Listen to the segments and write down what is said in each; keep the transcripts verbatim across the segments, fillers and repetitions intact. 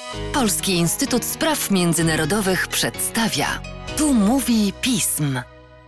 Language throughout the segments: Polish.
Polski Instytut Spraw Międzynarodowych przedstawia. Tu mówi pism.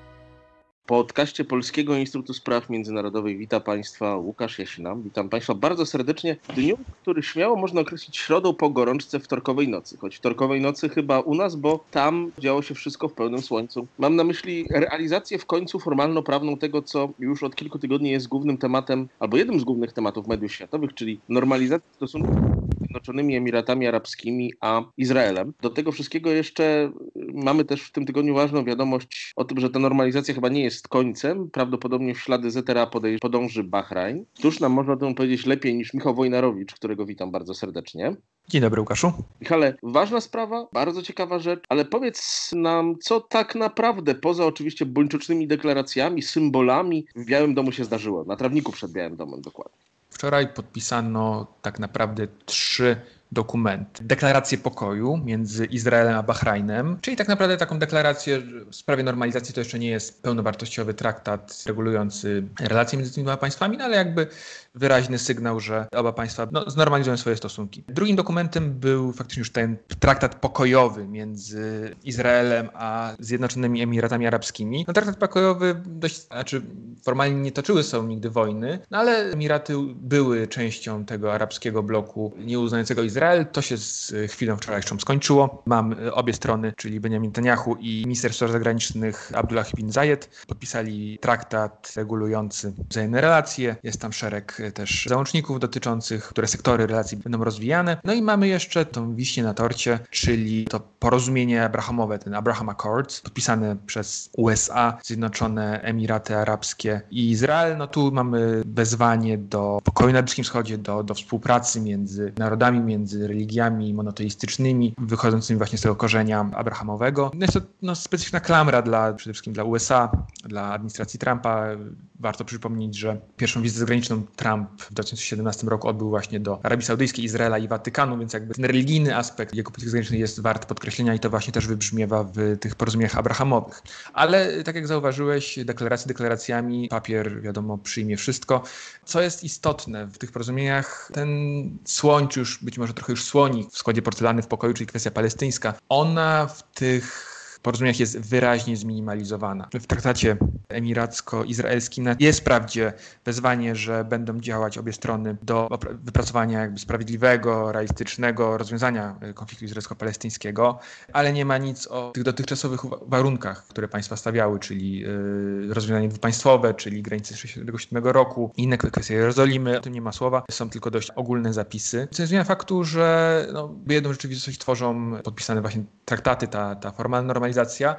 W podcaście Polskiego Instytutu Spraw Międzynarodowych witam Państwa Łukasz Jasina. Witam Państwa bardzo serdecznie w dniu, który śmiało można określić środą po gorączce wtorkowej nocy. Choć wtorkowej nocy chyba u nas, bo tam działo się wszystko w pełnym słońcu. Mam na myśli realizację w końcu formalno-prawną tego, co już od kilku tygodni jest głównym tematem, albo jednym z głównych tematów mediów światowych, czyli normalizacja stosunków między Zjednoczonymi Emiratami Arabskimi a Izraelem. Do tego wszystkiego jeszcze mamy też w tym tygodniu ważną wiadomość o tym, że ta normalizacja chyba nie jest końcem. Prawdopodobnie w ślady Z R A podej- podąży Bahrajn. Cóż nam można o tym powiedzieć lepiej niż Michał Wojnarowicz, którego witam bardzo serdecznie. Dzień dobry, Łukaszu. Michale, ważna sprawa, bardzo ciekawa rzecz, ale powiedz nam, co tak naprawdę, poza oczywiście buńczucznymi deklaracjami, symbolami, w Białym Domu się zdarzyło, na trawniku przed Białym Domem dokładnie. Wczoraj podpisano tak naprawdę trzy dokumenty. Deklarację pokoju między Izraelem a Bahrajnem, czyli tak naprawdę taką deklarację w sprawie normalizacji to jeszcze nie jest pełnowartościowy traktat regulujący relacje między tymi dwoma państwami, no ale jakby wyraźny sygnał, że oba państwa no, znormalizują swoje stosunki. Drugim dokumentem był faktycznie już ten traktat pokojowy między Izraelem a Zjednoczonymi Emiratami Arabskimi. No, traktat pokojowy dość, znaczy formalnie nie toczyły są nigdy wojny, no ale Emiraty były częścią tego arabskiego bloku nieuznającego Izrael. To się z chwilą wczorajszą skończyło. Mam obie strony, czyli Benjamin Netanyahu i minister spraw zagranicznych Abdullah bin Zayed, podpisali traktat regulujący wzajemne relacje. Jest tam szereg też załączników dotyczących, które sektory relacji będą rozwijane. No i mamy jeszcze tą wiśnię na torcie, czyli to porozumienie abrahamowe, ten Abraham Accords, podpisane przez U S A, Zjednoczone Emiraty Arabskie i Izrael. No tu mamy wezwanie do pokoju na Bliskim Wschodzie, do, do współpracy między narodami, między religiami monoteistycznymi, wychodzącymi właśnie z tego korzenia abrahamowego. No jest to no, specyficzna klamra dla, przede wszystkim dla U S A, dla administracji Trumpa. Warto przypomnieć, że pierwszą wizytę zagraniczną Trump w dwa tysiące siedemnastym roku odbył właśnie do Arabii Saudyjskiej, Izraela i Watykanu, więc jakby ten religijny aspekt jego polityki zagranicznej jest wart podkreślenia i to właśnie też wybrzmiewa w tych porozumieniach abrahamowych. Ale tak jak zauważyłeś, deklaracje deklaracjami, papier wiadomo przyjmie wszystko. Co jest istotne w tych porozumieniach, ten słoń, czy już być może trochę już słonik w składzie porcelany w pokoju, czyli kwestia palestyńska, ona w tych porozumieniach jest wyraźnie zminimalizowana. W traktacie emiracko-izraelskim jest wprawdzie wezwanie, że będą działać obie strony do wypracowania jakby sprawiedliwego, realistycznego rozwiązania konfliktu izraelsko-palestyńskiego, ale nie ma nic o tych dotychczasowych warunkach, które państwa stawiały, czyli yy, rozwiązanie dwupaństwowe, czyli granice sześćdziesiątego siódmego roku, inne kwestie Jerozolimy, o tym nie ma słowa, są tylko dość ogólne zapisy. Co nie zmienia faktu, że no, jedną rzeczywistość tworzą podpisane właśnie traktaty, ta, ta formalna normalizacja,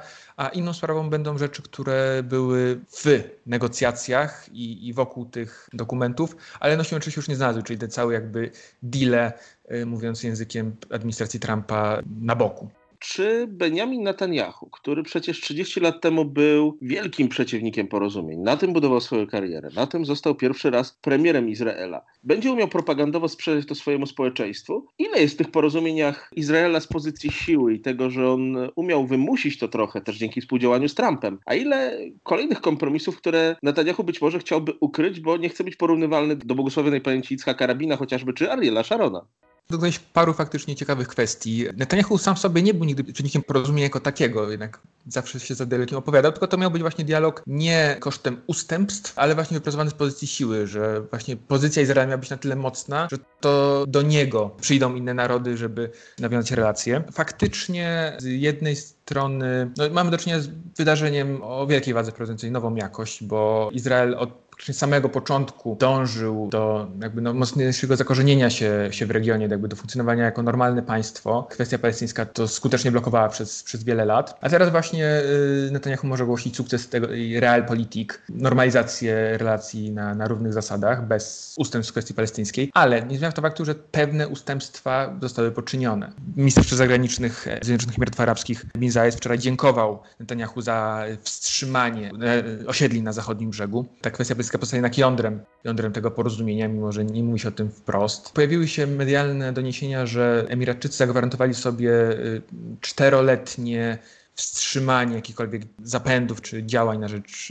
a inną sprawą będą rzeczy, które były w negocjacjach i, i wokół tych dokumentów, ale no się oczywiście już nie znalazły, czyli te całe jakby deale, mówiąc językiem administracji Trumpa, na boku. Czy Benjamin Netanyahu, który przecież trzydzieści lat temu był wielkim przeciwnikiem porozumień, na tym budował swoją karierę, na tym został pierwszy raz premierem Izraela, będzie umiał propagandowo sprzedać to swojemu społeczeństwu? Ile jest w tych porozumieniach Izraela z pozycji siły i tego, że on umiał wymusić to trochę też dzięki współdziałaniu z Trumpem, a ile kolejnych kompromisów, które Netanyahu być może chciałby ukryć, bo nie chce być porównywalny do błogosławionej pamięci Yitzhaka Rabina chociażby, czy Ariela Sharona? Dokonałeś paru faktycznie ciekawych kwestii. Netanyahu sam sobie nie był nigdy przeciwnikiem porozumienia jako takiego, jednak zawsze się za dialogiem opowiadał, tylko to miał być właśnie dialog nie kosztem ustępstw, ale właśnie wypracowany z pozycji siły, że właśnie pozycja Izraela miała być na tyle mocna, że to do niego przyjdą inne narody, żeby nawiązać relacje. Faktycznie z jednej strony no, mamy do czynienia z wydarzeniem o wielkiej wadze wprowadzającej nową jakość, bo Izrael od samego początku dążył do jakby no, mocniejszego zakorzenienia się, się w regionie, do, jakby do funkcjonowania jako normalne państwo. Kwestia palestyńska to skutecznie blokowała przez, przez wiele lat. A teraz właśnie y, Netanyahu może ogłosić sukces tego i realpolitik, normalizację relacji na, na równych zasadach, bez ustępstw w kwestii palestyńskiej, ale nie zmienia to faktu, że pewne ustępstwa zostały poczynione. Minister spraw zagranicznych Zjednoczonych Emiratów Arabskich bin Zayed wczoraj dziękował Netanyahu za wstrzymanie e, osiedli na zachodnim brzegu. Ta kwestia palestyńska pozostaje jednak jądrem, jądrem tego porozumienia, mimo że nie mówi się o tym wprost. Pojawiły się medialne doniesienia, że Emiratczycy zagwarantowali sobie czteroletnie wstrzymanie jakichkolwiek zapędów czy działań na rzecz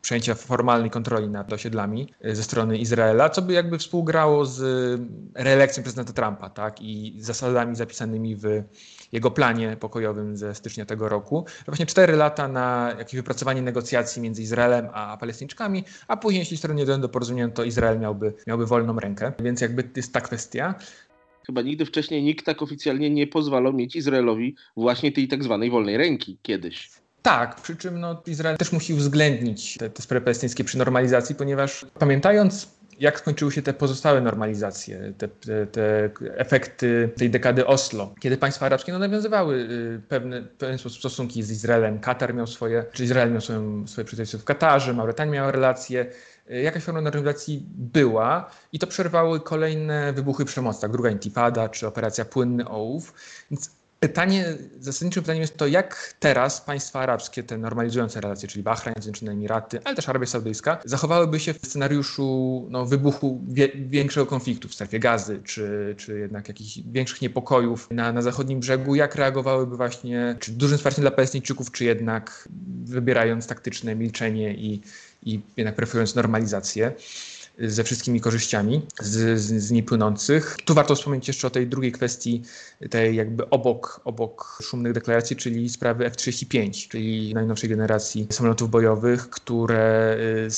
przejęcia formalnej kontroli nad osiedlami ze strony Izraela, co by jakby współgrało z reelekcją prezydenta Trumpa, tak, i zasadami zapisanymi w jego planie pokojowym ze stycznia tego roku. Właśnie cztery lata na jakieś wypracowanie negocjacji między Izraelem a Palestyńczykami, a później, jeśli strony nie dojdą do porozumienia, to Izrael miałby, miałby wolną rękę. Więc jakby jest ta kwestia. Chyba nigdy wcześniej nikt tak oficjalnie nie pozwalał mieć Izraelowi właśnie tej tak zwanej wolnej ręki kiedyś. Tak, przy czym no, Izrael też musi uwzględnić te, te sprawy palestyńskie przy normalizacji, ponieważ pamiętając, jak skończyły się te pozostałe normalizacje, te, te, te efekty tej dekady Oslo, kiedy państwa arabskie no, nawiązywały pewne, w pewien sposób stosunki z Izraelem. Katar miał swoje, czy Izrael miał swoją, swoje przedstawicielstwo w Katarze, Mauretania miała relacje. Jakaś forma normalizacji była i to przerwały kolejne wybuchy przemocy, tak, druga intifada czy operacja Płynny Ołów. Więc pytanie, zasadniczym pytaniem jest to, jak teraz państwa arabskie, te normalizujące relacje, czyli Bahrajn, Zjednoczone Emiraty, ale też Arabia Saudyjska, zachowałyby się w scenariuszu no, wybuchu wie, większego konfliktu w strefie Gazy, czy, czy jednak jakichś większych niepokojów na, na zachodnim brzegu, jak reagowałyby właśnie, czy dużym wsparciem dla Palestyńczyków, czy jednak wybierając taktyczne milczenie i, i jednak preferując normalizację ze wszystkimi korzyściami z, z, z niej płynących. Tu warto wspomnieć jeszcze o tej drugiej kwestii, tej jakby obok, obok szumnych deklaracji, czyli sprawy F trzydzieści pięć, czyli najnowszej generacji samolotów bojowych, które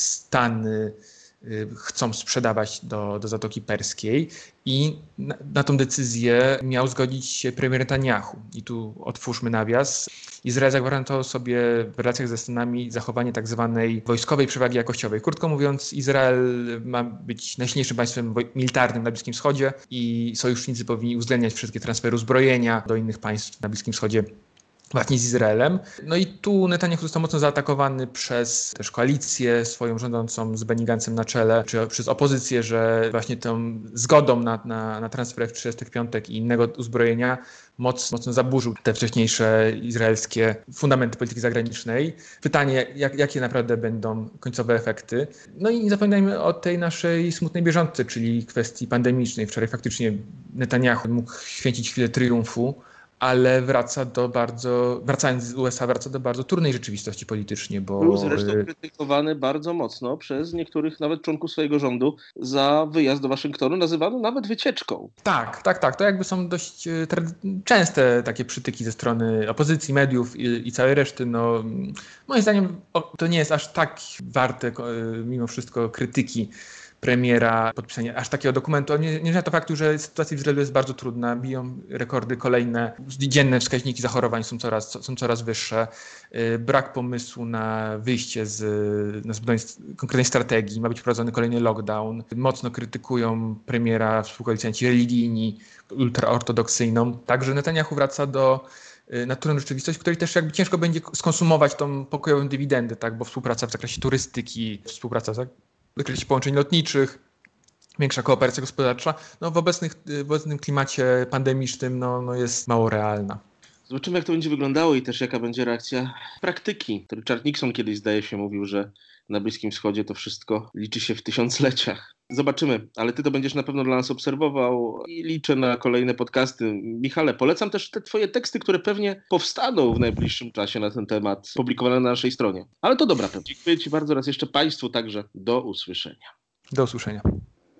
Stany chcą sprzedawać do, do Zatoki Perskiej i na, na tą decyzję miał zgodzić się premier Netanyahu. I tu otwórzmy nawias. Izrael zagwarantował sobie w relacjach ze Stanami zachowanie tak zwanej wojskowej przewagi jakościowej. Krótko mówiąc, Izrael ma być najsilniejszym państwem militarnym na Bliskim Wschodzie i sojusznicy powinni uwzględniać wszystkie transfery uzbrojenia do innych państw na Bliskim Wschodzie, właśnie z Izraelem. No i tu Netanyahu został mocno zaatakowany przez też koalicję swoją rządzącą z Benny Gantzem na czele, czy przez opozycję, że właśnie tą zgodą na, na, na transfer F trzydzieści pięć i innego uzbrojenia mocno, mocno zaburzył te wcześniejsze izraelskie fundamenty polityki zagranicznej. Pytanie, jak, jakie naprawdę będą końcowe efekty. No i nie zapominajmy o tej naszej smutnej bieżączce, czyli kwestii pandemicznej. Wczoraj faktycznie Netanyahu mógł święcić chwilę triumfu, ale wraca do bardzo, wracając z U S A, wraca do bardzo trudnej rzeczywistości politycznie, bo... Był zresztą krytykowany bardzo mocno przez niektórych nawet członków swojego rządu za wyjazd do Waszyngtonu, nazywano nawet wycieczką. Tak, tak, tak. To jakby są dość częste takie przytyki ze strony opozycji, mediów i, i całej reszty. No, moim zdaniem to nie jest aż tak warte mimo wszystko krytyki premiera, podpisanie aż takiego dokumentu. Nie, nie zmienia to faktu, że sytuacja w Izraelu jest bardzo trudna, biją rekordy kolejne, dzienne wskaźniki zachorowań są coraz, są coraz wyższe, brak pomysłu na wyjście z na zbudowanie konkretnej strategii, ma być wprowadzony kolejny lockdown, mocno krytykują premiera współkoalicjanci religijni, ultraortodoksyjną, także Netanyahu wraca do na trudną rzeczywistość, w której też jakby ciężko będzie skonsumować tą pokojową dywidendę, tak, bo współpraca w zakresie turystyki, współpraca w zakresie połączeń lotniczych, większa kooperacja gospodarcza, no w, obecnych, w obecnym klimacie pandemicznym no, no jest mało realna. Zobaczymy, jak to będzie wyglądało i też jaka będzie reakcja praktyki. Richard Nixon kiedyś, zdaje się, mówił, że na Bliskim Wschodzie to wszystko liczy się w tysiącleciach. Zobaczymy, ale ty to będziesz na pewno dla nas obserwował i liczę na kolejne podcasty. Michale, polecam też te twoje teksty, które pewnie powstaną w najbliższym czasie na ten temat, publikowane na naszej stronie. Ale to dobra, pewnie. Dziękuję ci bardzo raz jeszcze Państwu, także do usłyszenia. Do usłyszenia.